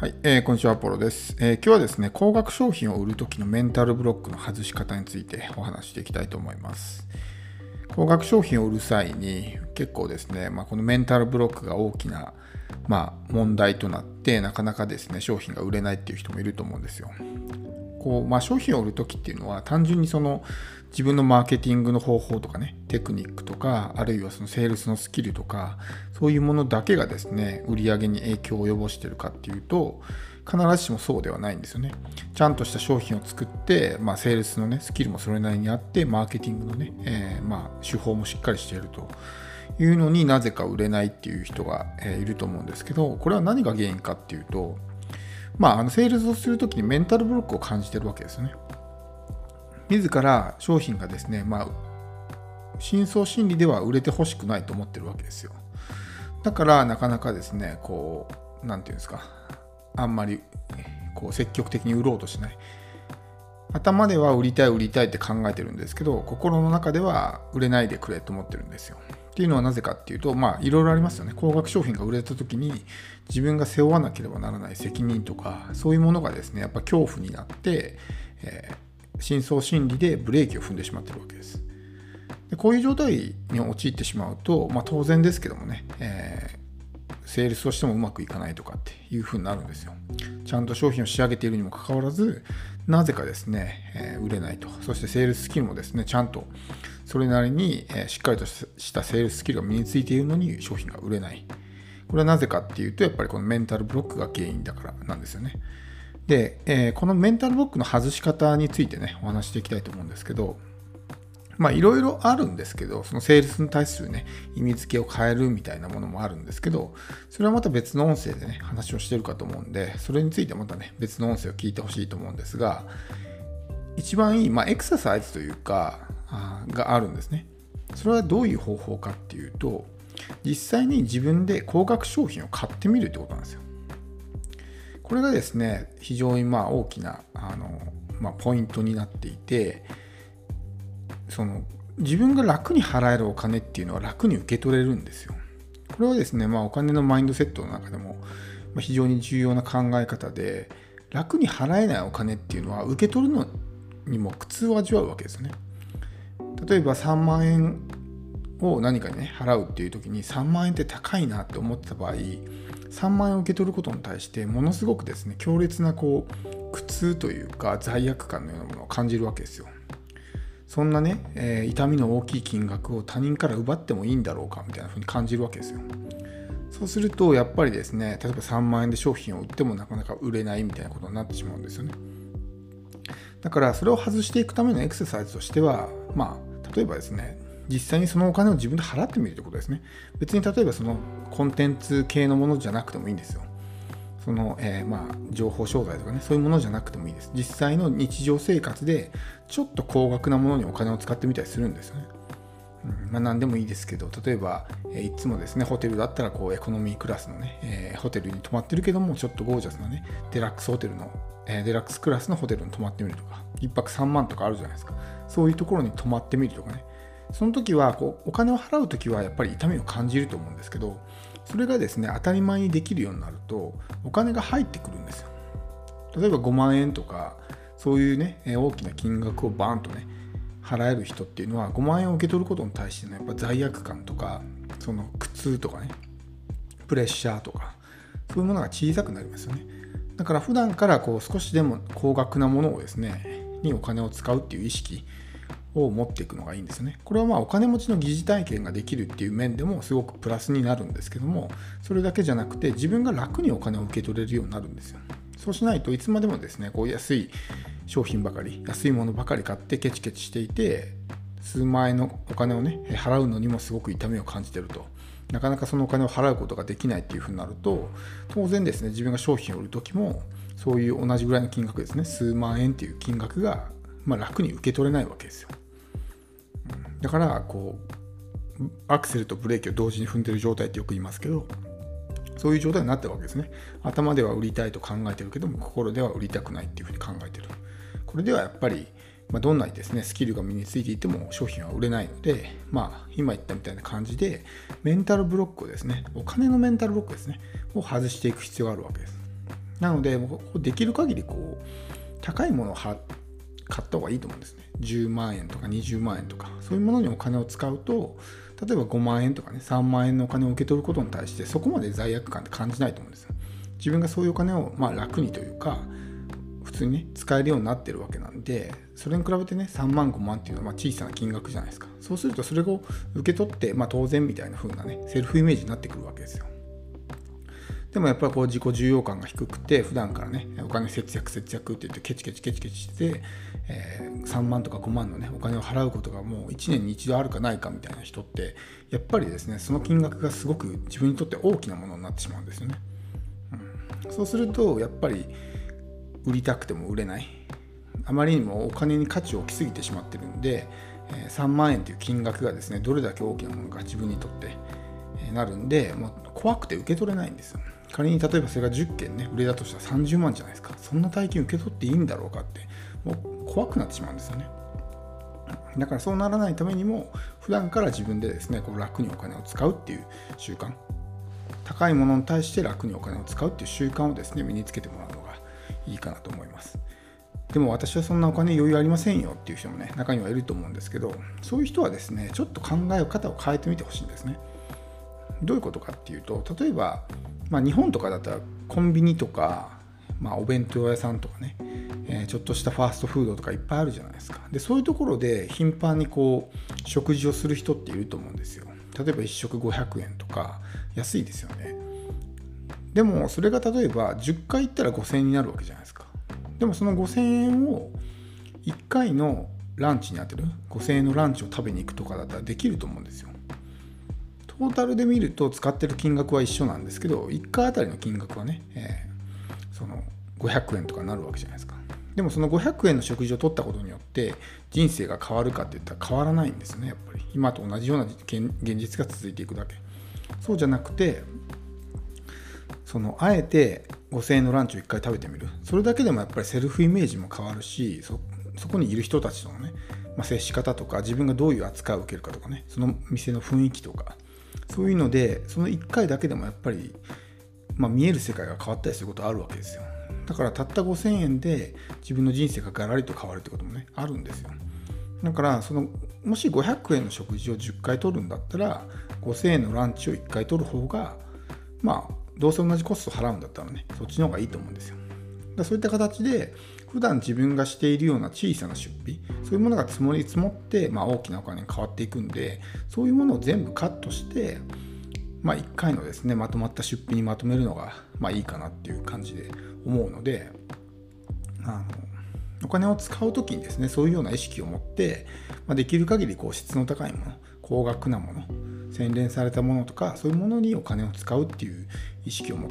はい、こんにちは、アポロです。今日はですね、高額商品を売るときのメンタルブロックの外し方についてお話ししていきたいと思います。高額商品を売る際に結構ですね、このメンタルブロックが大きな、問題となってなかなかですね、商品が売れないっていう人もいると思うんですよ。商品を売るときっていうのは単純に自分のマーケティングの方法とかね、テクニックとか、あるいはそのセールスのスキルとか、そういうものだけがですね、売り上げに影響を及ぼしているかっていうと、必ずしもそうではないんですよね。ちゃんとした商品を作って、セールスのね、スキルもそれなりにあって、マーケティングのね、手法もしっかりしているというのになぜか売れないっていう人がいると思うんですけど、これは何が原因かっていうと、セールスをするときにメンタルブロックを感じてるわけですよね。自ら商品がですね、深層心理では売れてほしくないと思ってるわけですよ。だからなかなかですね、なんていうんですか、あんまり積極的に売ろうとしない。頭では売りたいって考えてるんですけど、心の中では売れないでくれと思ってるんですよ。っていうのはなぜかっていうと、いろいろありますよね。高額商品が売れた時に自分が背負わなければならない責任とか、そういうものがですね、やっぱ恐怖になって、深層心理でブレーキを踏んでしまってるわけです。でこういう状態に陥ってしまうと、当然ですけどもね、セールスをしてもうまくいかないとかっていう風になるんですよ。ちゃんと商品を仕上げているにもかかわらず、なぜかですね、売れないと。そしてセールススキルもですね、ちゃんとそれなりにしっかりとしたセールススキルが身についているのに商品が売れない。これはなぜかっていうと、やっぱりこのメンタルブロックが原因だからなんですよね。で、このメンタルブロックの外し方についてね、お話していきたいと思うんですけど、いろいろあるんですけど、そのセールスに対するね、意味付けを変えるみたいなものもあるんですけど、それはまた別の音声でね、話をしてるかと思うんで、それについてまたね、別の音声を聞いてほしいと思うんですが、一番いい、エクササイズというか、があるんですね。それはどういう方法かっていうと、実際に自分で高額商品を買ってみるってことなんですよ。これがですね、非常に大きなポイントになっていて、自分が楽に払えるお金っていうのは楽に受け取れるんですよ。これはですね、お金のマインドセットの中でも非常に重要な考え方で、楽に払えないお金っていうのは受け取るのにも苦痛を味わうわけですよね。例えば3万円を何かにね払うっていう時に3万円って高いなって思ってた場合、3万円を受け取ることに対してものすごくですね、強烈な苦痛というか罪悪感のようなものを感じるわけですよ。そんなね、痛みの大きい金額を他人から奪ってもいいんだろうかみたいな風に感じるわけですよ。そうするとやっぱりですね、例えば3万円で商品を売ってもなかなか売れないみたいなことになってしまうんですよね。だからそれを外していくためのエクササイズとしては、例えばですね、実際にそのお金を自分で払ってみるということですね。別に例えばそのコンテンツ系のものじゃなくてもいいんですよ。情報商材とかね、そういうものじゃなくてもいいです。実際の日常生活でちょっと高額なものにお金を使ってみたりするんですよね。何でもいいですけど、例えば、いつもですね、ホテルだったらエコノミークラスのね、ホテルに泊まってるけども、ちょっとゴージャスなね、デラックスクラスのホテルに泊まってみるとか、1泊3万とかあるじゃないですか。そういうところに泊まってみるとかね。その時はお金を払う時はやっぱり痛みを感じると思うんですけど、それがですね、当たり前にできるようになるとお金が入ってくるんですよ。例えば5万円とかそういうね、大きな金額をバーンとね払える人っていうのは5万円を受け取ることに対してのやっぱ罪悪感とか、その苦痛とかね、プレッシャーとか、そういうものが小さくなりますよね。だから普段から少しでも高額なものをですねにお金を使うっていう意識を持っていくのがいいんですよね。これはお金持ちの疑似体験ができるっていう面でもすごくプラスになるんですけども、それだけじゃなくて自分が楽にお金を受け取れるようになるんですよ。そうしないといつまでもですね、安い商品ばかり、安いものばかり買ってケチケチしていて、数万円のお金をね払うのにもすごく痛みを感じていると、なかなかそのお金を払うことができないっていうふうになると、当然ですね、自分が商品を売るときもそういう同じぐらいの金額ですね、数万円っていう金額が楽に受け取れないわけですよ。だからアクセルとブレーキを同時に踏んでる状態ってよく言いますけど、そういう状態になってるわけですね。頭では売りたいと考えてるけども、心では売りたくないっていうふうに考えてる。これではやっぱり、どんなにですねスキルが身についていても商品は売れないので、今言ったみたいな感じでメンタルブロックをですね、お金のメンタルブロックですねを外していく必要があるわけです。 なのでできる限り高いものを買った方がいいと思うんですね。10万円とか20万円とかそういうものにお金を使うと、例えば5万円とかね3万円のお金を受け取ることに対してそこまで罪悪感って感じないと思うんですよ。自分がそういうお金を楽にというか普通にね使えるようになってるわけなんで、それに比べてね3万5万っていうのは小さな金額じゃないですか。そうするとそれを受け取って当然みたいな風なねセルフイメージになってくるわけですよ。でもやっぱり自己重要感が低くて普段からねお金節約って言ってケチケチして、3万とか5万のねお金を払うことがもう1年に一度あるかないかみたいな人ってやっぱりですねその金額がすごく自分にとって大きなものになってしまうんですよね。そうするとやっぱり売りたくても売れない、あまりにもお金に価値を置きすぎてしまってるんで、3万円という金額がですねどれだけ大きなものか自分にとってなるんで、もう怖くて受け取れないんですよ。仮に例えばそれが10件ね売れたとしたら30万じゃないですか。そんな大金受け取っていいんだろうかってもう怖くなってしまうんですよね。だからそうならないためにも普段から自分でですね楽にお金を使うっていう習慣、高いものに対して楽にお金を使うっていう習慣をですね身につけてもらうのがいいかなと思います。でも私はそんなお金余裕ありませんよっていう人もね中にはいると思うんですけど、そういう人はですねちょっと考え方を変えてみてほしいんですね。どういうことかっていうと、例えば、日本とかだったらコンビニとか、お弁当屋さんとかね、ちょっとしたファーストフードとかいっぱいあるじゃないですか。でそういうところで頻繁に食事をする人っていると思うんですよ。例えば1食500円とか安いですよね。でもそれが例えば10回行ったら5000円になるわけじゃないですか。でもその5000円を1回のランチに当てる、5000円のランチを食べに行くとかだったらできると思うんですよ。トータルで見ると使ってる金額は一緒なんですけど、1回あたりの金額はね、その500円とかになるわけじゃないですか。でもその500円の食事を取ったことによって人生が変わるかって言ったら変わらないんですね。やっぱり今と同じような現実が続いていくだけ。そうじゃなくて、あえて5000円のランチを1回食べてみる、それだけでもやっぱりセルフイメージも変わるし、そこにいる人たちとのね、接し方とか自分がどういう扱いを受けるかとかね、その店の雰囲気とかそういうのでその1回だけでもやっぱり、見える世界が変わったりすることあるわけですよ。だからたった5000円で自分の人生がガラリと変わるってこともねあるんですよ。だからもし500円の食事を10回取るんだったら5000円のランチを1回取る方がどうせ同じコスト払うんだったらねそっちの方がいいと思うんですよ。そういった形で普段自分がしているような小さな出費、そういうものが積もり積もって、大きなお金に変わっていくんで、そういうものを全部カットして、1回のですねまとまった出費にまとめるのが、いいかなっていう感じで思うので、お金を使うときにですねそういうような意識を持って、できる限り質の高いもの、高額なもの、洗練されたものとかそういうものにお金を使うっていう意識を持って、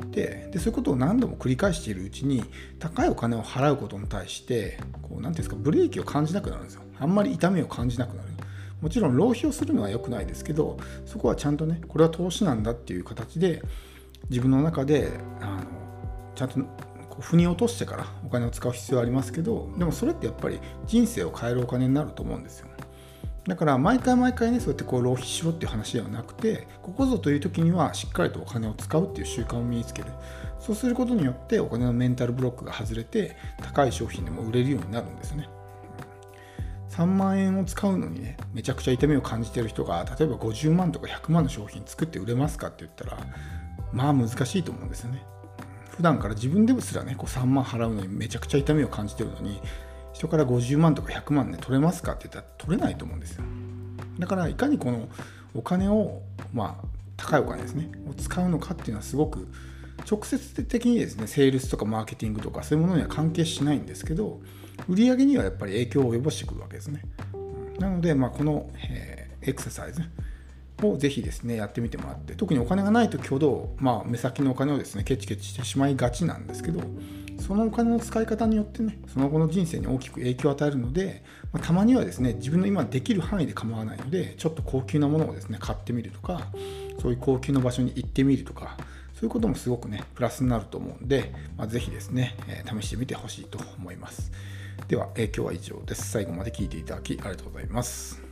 でそういうことを何度も繰り返しているうちに高いお金を払うことに対して何ていうんですかブレーキを感じなくなるんですよ。あんまり痛みを感じなくなる。もちろん浪費をするのは良くないですけど、そこはちゃんとねこれは投資なんだっていう形で自分の中でちゃんと腑に落としてからお金を使う必要はありますけど、でもそれってやっぱり人生を変えるお金になると思うんですよ。だから毎回ねそうやって浪費しろっていう話ではなくて、ここぞという時にはしっかりとお金を使うっていう習慣を身につける。そうすることによってお金のメンタルブロックが外れて高い商品でも売れるようになるんですね。3万円を使うのにねめちゃくちゃ痛みを感じている人が例えば50万とか100万の商品作って売れますかって言ったら難しいと思うんですよね。普段から自分でもすらね3万払うのにめちゃくちゃ痛みを感じているのに人から50万とか100万ね取れますかって言ったら取れないと思うんですよ。だからいかにこのお金を高いお金ですねを使うのかっていうのはすごく直接的にですねセールスとかマーケティングとかそういうものには関係しないんですけど、売上にはやっぱり影響を及ぼしてくるわけですね。なのでこの、エクササイズをぜひですねやってみてもらって、特にお金がない時ほど、目先のお金をですねケチケチしてしまいがちなんですけど、そのお金の使い方によってねその後の人生に大きく影響を与えるので、たまにはですね自分の今できる範囲で構わないのでちょっと高級なものをですね買ってみるとか、そういう高級な場所に行ってみるとか、そういうこともすごくねプラスになると思うんで、ぜひですね、試してみてほしいと思います。では、今日は以上です。最後まで聞いていただきありがとうございます。